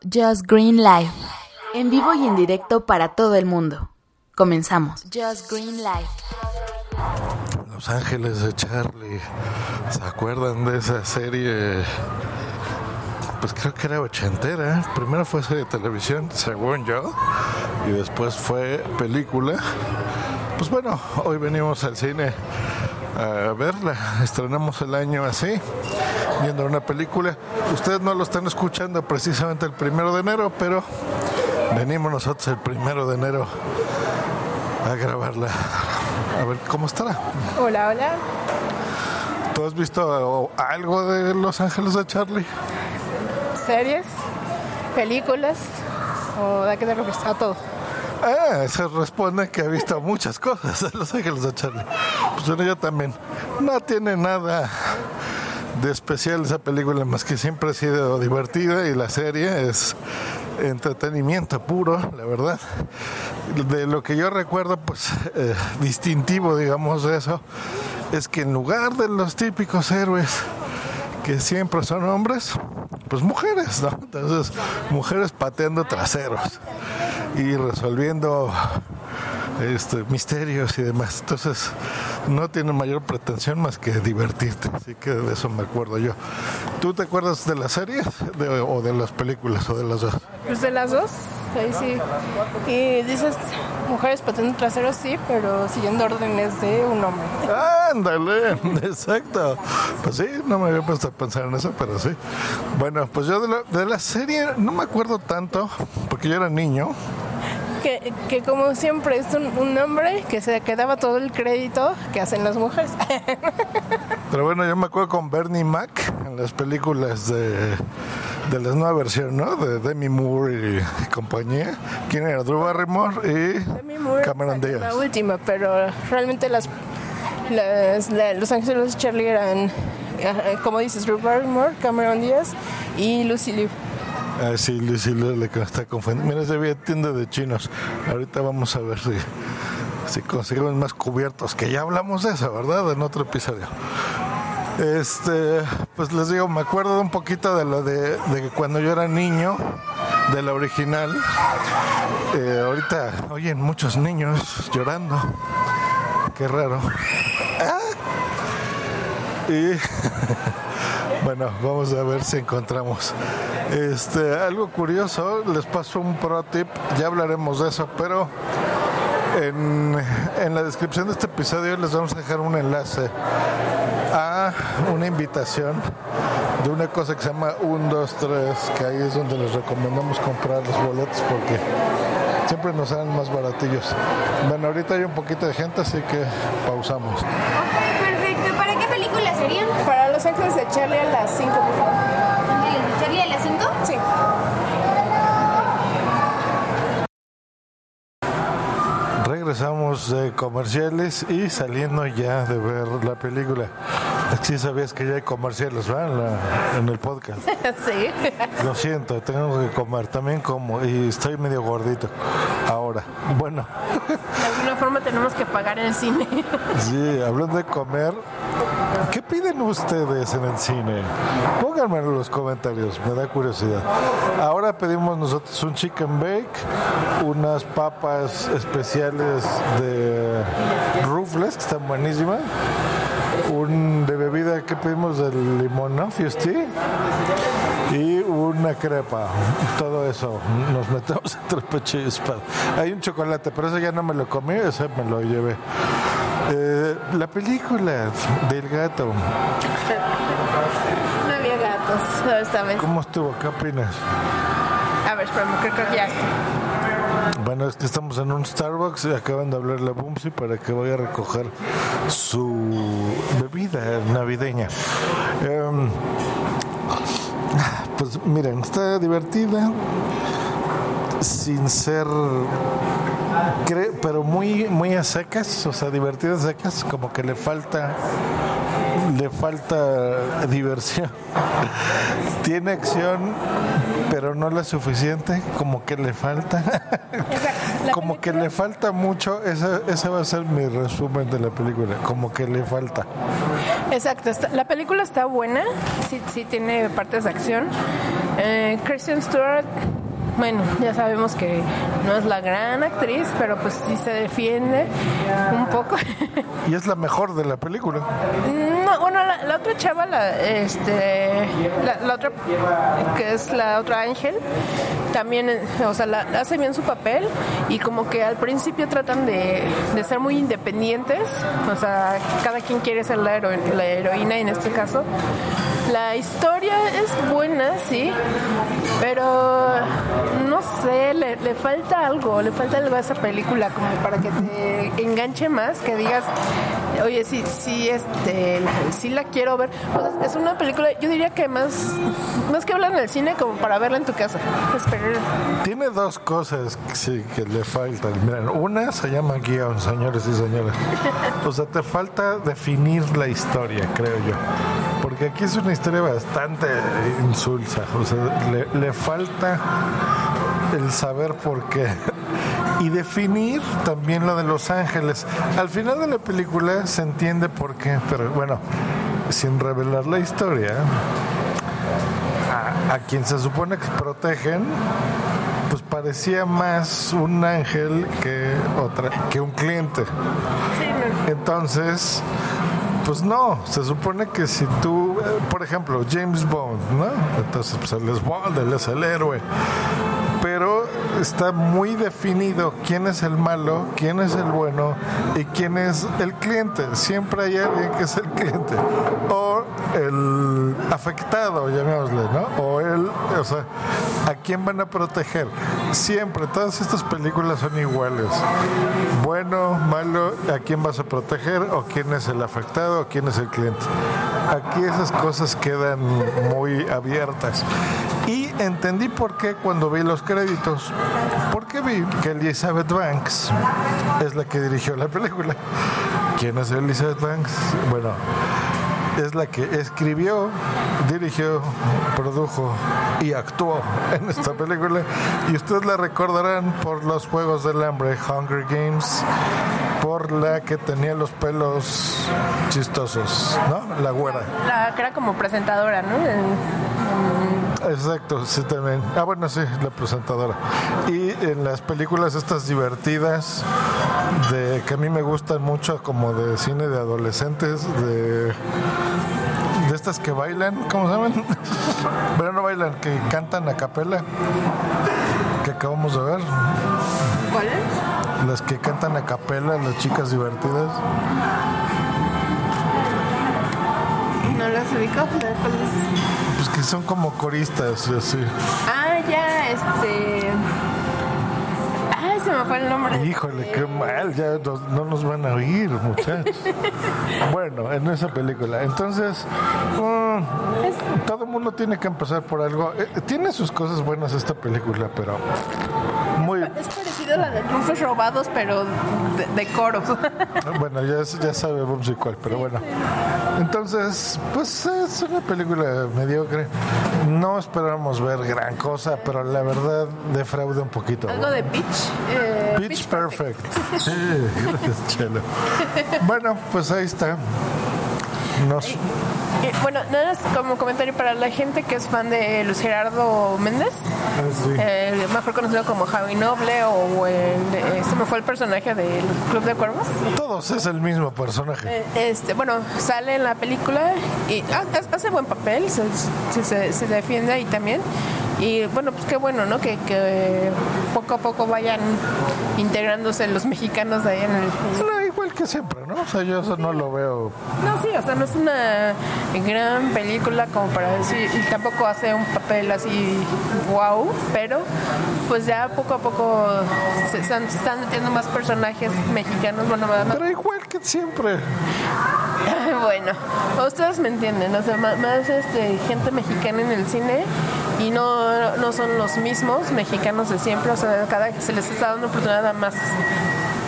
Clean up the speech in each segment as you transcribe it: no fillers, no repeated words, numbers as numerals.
Just Green Live, en vivo y en directo para todo el mundo. Comenzamos. Just Green Live. Los Ángeles de Charlie. ¿Se acuerdan de esa serie? Pues creo que era ochentera. Primero fue serie de televisión, según yo, y después fue película. Pues bueno, hoy venimos al cine a verla. Estrenamos el año así, viendo una película. Ustedes no lo están escuchando precisamente el 1 de enero, pero venimos nosotros el 1 de enero a grabarla. A ver cómo estará. Hola, hola. ¿Tú has visto algo de Los Ángeles de Charlie? ¿Series? ¿Películas? ¿O de qué te refieres? A todo. Se responde que ha visto muchas cosas de Los Ángeles de Charlie. Pues bueno, yo también. No tiene nada de especial esa película, más que siempre ha sido divertida, y la serie es entretenimiento puro, la verdad. De lo que yo recuerdo, pues distintivo, digamos, de eso, es que en lugar de los típicos héroes que siempre son hombres, pues mujeres, ¿no? Entonces, mujeres pateando traseros y resolviendo misterios y demás. Entonces, no tiene mayor pretensión más que divertirte. Así que de eso me acuerdo yo. ¿Tú te acuerdas de las series o de las películas o de las dos? Pues de las dos, ahí sí. Y dices mujeres pateando traseros, sí, pero siguiendo órdenes de un hombre. ¡Ándale! Exacto. Pues sí, no me había puesto a pensar en eso, pero sí. Bueno, pues yo de la serie no me acuerdo tanto, porque yo era niño. Que como siempre es un hombre que se quedaba todo el crédito que hacen las mujeres. Pero bueno, yo me acuerdo con Bernie Mac en las películas de la nueva versión, ¿no? De Demi Moore y compañía. ¿Quién era? Drew Barrymore y Demi Moore, Cameron Diaz. La última, pero realmente Los Ángeles de Charlie eran, como dices, Drew Barrymore, Cameron Diaz y Lucy Liu. Ah, sí, Lucy le está confundiendo. Mira, se ve tienda de chinos. Ahorita vamos a ver si conseguimos más cubiertos, que ya hablamos de eso, ¿verdad? En otro episodio. Pues les digo, me acuerdo un poquito de lo de que cuando yo era niño, de la original. Ahorita oyen muchos niños llorando. Qué raro. Y bueno, vamos a ver si encontramos algo curioso. Les paso un pro tip, ya hablaremos de eso, pero en la descripción de este episodio les vamos a dejar un enlace a una invitación de una cosa que se llama 1, 2, 3, que ahí es donde les recomendamos comprar los boletos porque siempre nos salen más baratillos. Bueno, ahorita hay un poquito de gente, así que pausamos. Ok, perfecto. ¿Para qué película serían? Para Los Ángeles de Charlie a las 5, por favor. ¿Ángeles de Charlie a las 5? Sí. Regresamos de comerciales y saliendo ya de ver la película. Sí sabías que ya hay comerciales, ¿verdad? En el podcast. Sí. Lo siento, tengo que comer. También como y estoy medio gordito ahora. Bueno. De alguna forma tenemos que pagar el cine. Sí, hablando de comer, ¿qué piden ustedes en el cine? Pónganmelo en los comentarios, me da curiosidad. Ahora pedimos nosotros un chicken bake, unas papas especiales de Ruffles, que están buenísimas. De bebida, ¿qué pedimos? Del limón, ¿no? Fiesti. Y una crepa. Todo eso nos metemos entre pecho y espalda. Hay un chocolate, pero eso ya no me lo comí, ese me lo llevé. La película del gato. No había gatos esta vez. ¿Cómo estuvo? ¿Qué opinas? A ver, espérame, creo que ya. Bueno, es que estamos en un Starbucks y acaban de hablarle a Bumsy para que vaya a recoger su bebida navideña. Pues miren, está divertida, sin ser, pero muy, muy a secas, o sea, divertidas a secas, como que le falta le falta diversión. Tiene acción, pero no la suficiente, como que le falta. Como que le falta mucho. Ese va a ser mi resumen de la película, como que le falta. Exacto, la película está buena, sí tiene partes de acción. Kristen Stewart, bueno, ya sabemos que no es la gran actriz, pero pues sí se defiende un poco. Y es la mejor de la película. No, bueno, la otra chava, la otra, que es la otra Ángel, también, o sea, hace bien su papel y como que al principio tratan de ser muy independientes, o sea, cada quien quiere ser la heroína en este caso. La historia es buena, sí, pero no sé, le falta algo a esa película como para que te enganche más, que digas, oye, sí la quiero ver. O sea, es una película, yo diría que más que verla en el cine, como para verla en tu casa. Tiene dos cosas que le faltan. Miren, una se llama guión, señores y señoras. O sea, te falta definir la historia, creo yo. Porque aquí es una historia bastante insulsa. O sea, le falta el saber por qué. Y definir también lo de Los Ángeles. Al final de la película se entiende por qué, pero bueno, sin revelar la historia, a quien se supone que protegen, pues parecía más un ángel que un cliente. Entonces, pues no, se supone que si tú, por ejemplo, James Bond, ¿no? Entonces, pues él es Bond, él es el héroe. Pero está muy definido quién es el malo, quién es el bueno y quién es el cliente. Siempre hay alguien que es el cliente. O el afectado, llamémosle, ¿no? O sea, ¿a quién van a proteger? Siempre, todas estas películas son iguales. Bueno, malo, ¿a quién vas a proteger? ¿O quién es el afectado? ¿O quién es el cliente? Aquí esas cosas quedan muy abiertas. Y entendí por qué cuando vi los créditos. Porque vi que Elizabeth Banks es la que dirigió la película. ¿Quién es Elizabeth Banks? Bueno, es la que escribió, dirigió, produjo y actuó en esta película. Y ustedes la recordarán por los Juegos del Hambre, Hunger Games, por la que tenía los pelos chistosos, ¿no? La güera. La que era como presentadora, ¿no? Exacto, sí, también. Bueno, sí, la presentadora. Y en las películas estas divertidas, que a mí me gustan mucho, como de cine de adolescentes, de estas que bailan, ¿cómo se llaman? Pero no bailan, que cantan a capela, que acabamos de ver. ¿Cuáles? Las que cantan a capela, las chicas divertidas. No las ubico, Pues que son como coristas y así. Ya, se me fue el nombre. Híjole, qué mal, ya no nos van a oír, muchachos. Bueno, en esa película. Entonces, todo el mundo tiene que empezar por algo. Tiene sus cosas buenas esta película, pero muy... Es parecido a la de Triunfos Robados, pero de coros. Bueno, ya sabemos de cuál, pero bueno. Entonces, pues es una película mediocre. No esperamos ver gran cosa, pero la verdad defrauda un poquito. Algo de Pitch. Pitch Perfect. Sí, gracias, Chelo. Bueno, pues ahí está. Bueno, nada más como comentario para la gente que es fan de Luis Gerardo Méndez, sí. Mejor conocido como Javi Noble, o se me fue el personaje del Club de Cuervos. Todos es el mismo personaje. Bueno, sale en la película y hace buen papel, se defiende ahí también. Y bueno, pues qué bueno, ¿no? Que poco a poco vayan integrándose los mexicanos de ahí en el... Igual que siempre, ¿no? O sea, yo eso no lo veo... No, sí, o sea, no es una gran película como para decir, y tampoco hace un papel así wow, pero pues ya poco a poco se están metiendo más personajes mexicanos, bueno, más... Pero igual que siempre. Bueno, ustedes me entienden, o sea, más gente mexicana en el cine y no son los mismos mexicanos de siempre, o sea, se les está dando oportunidad a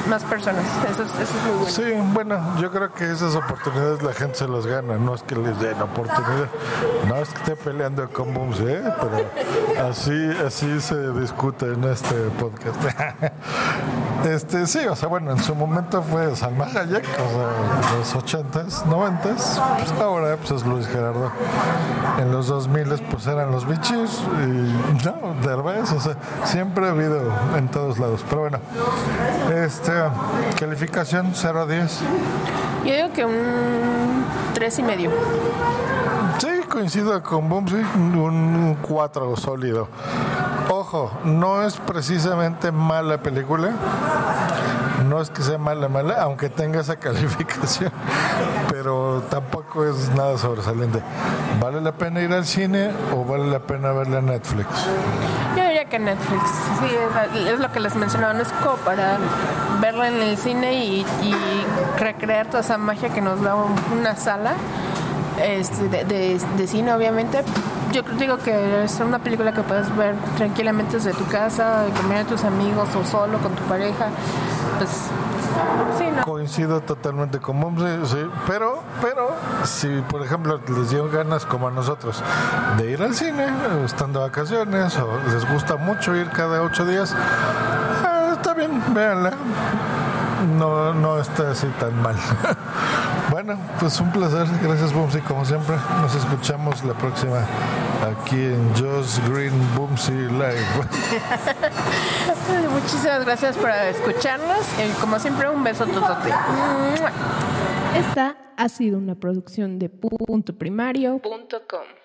más personas. Eso es muy bueno. Sí, bueno, yo creo que esas oportunidades la gente se las gana, no es que les den oportunidad, no es que esté peleando con Bumsy, pero así se discute en este podcast. Sí, o sea, bueno, en su momento fue Salma Hayek, o sea, en los 80s, 90s, pues ahora pues es Luis Gerardo. En los 2000 pues eran los Bichis y no, Derbez, o sea, siempre ha habido en todos lados, pero bueno, calificación 0 a 10. Yo digo que un 3.5. Sí, coincido con Bumsy, un 4 sólido. Ojo, no es precisamente mala película, no es que sea mala, aunque tenga esa calificación, pero tampoco es nada sobresaliente. ¿Vale la pena ir al cine o vale la pena verla en Netflix? Yo diría que Netflix, sí, es lo que les mencionaba, no es como para verla en el cine y recrear toda esa magia que nos da una sala de cine, obviamente. Yo digo que es una película que puedes ver tranquilamente desde tu casa, comer a tus amigos o solo con tu pareja. Pues sí, ¿no? Coincido totalmente con Bumsy, sí, pero si por ejemplo les dio ganas como a nosotros de ir al cine estando de vacaciones o les gusta mucho ir cada 8 días, está bien, véanla. No está así tan mal. Bueno, pues un placer. Gracias, Bumsy, como siempre. Nos escuchamos la próxima aquí en Josh Green Bumsy Live. Muchísimas gracias por escucharnos. Como siempre, un beso totote. Esta ha sido una producción de puntoprimario.com.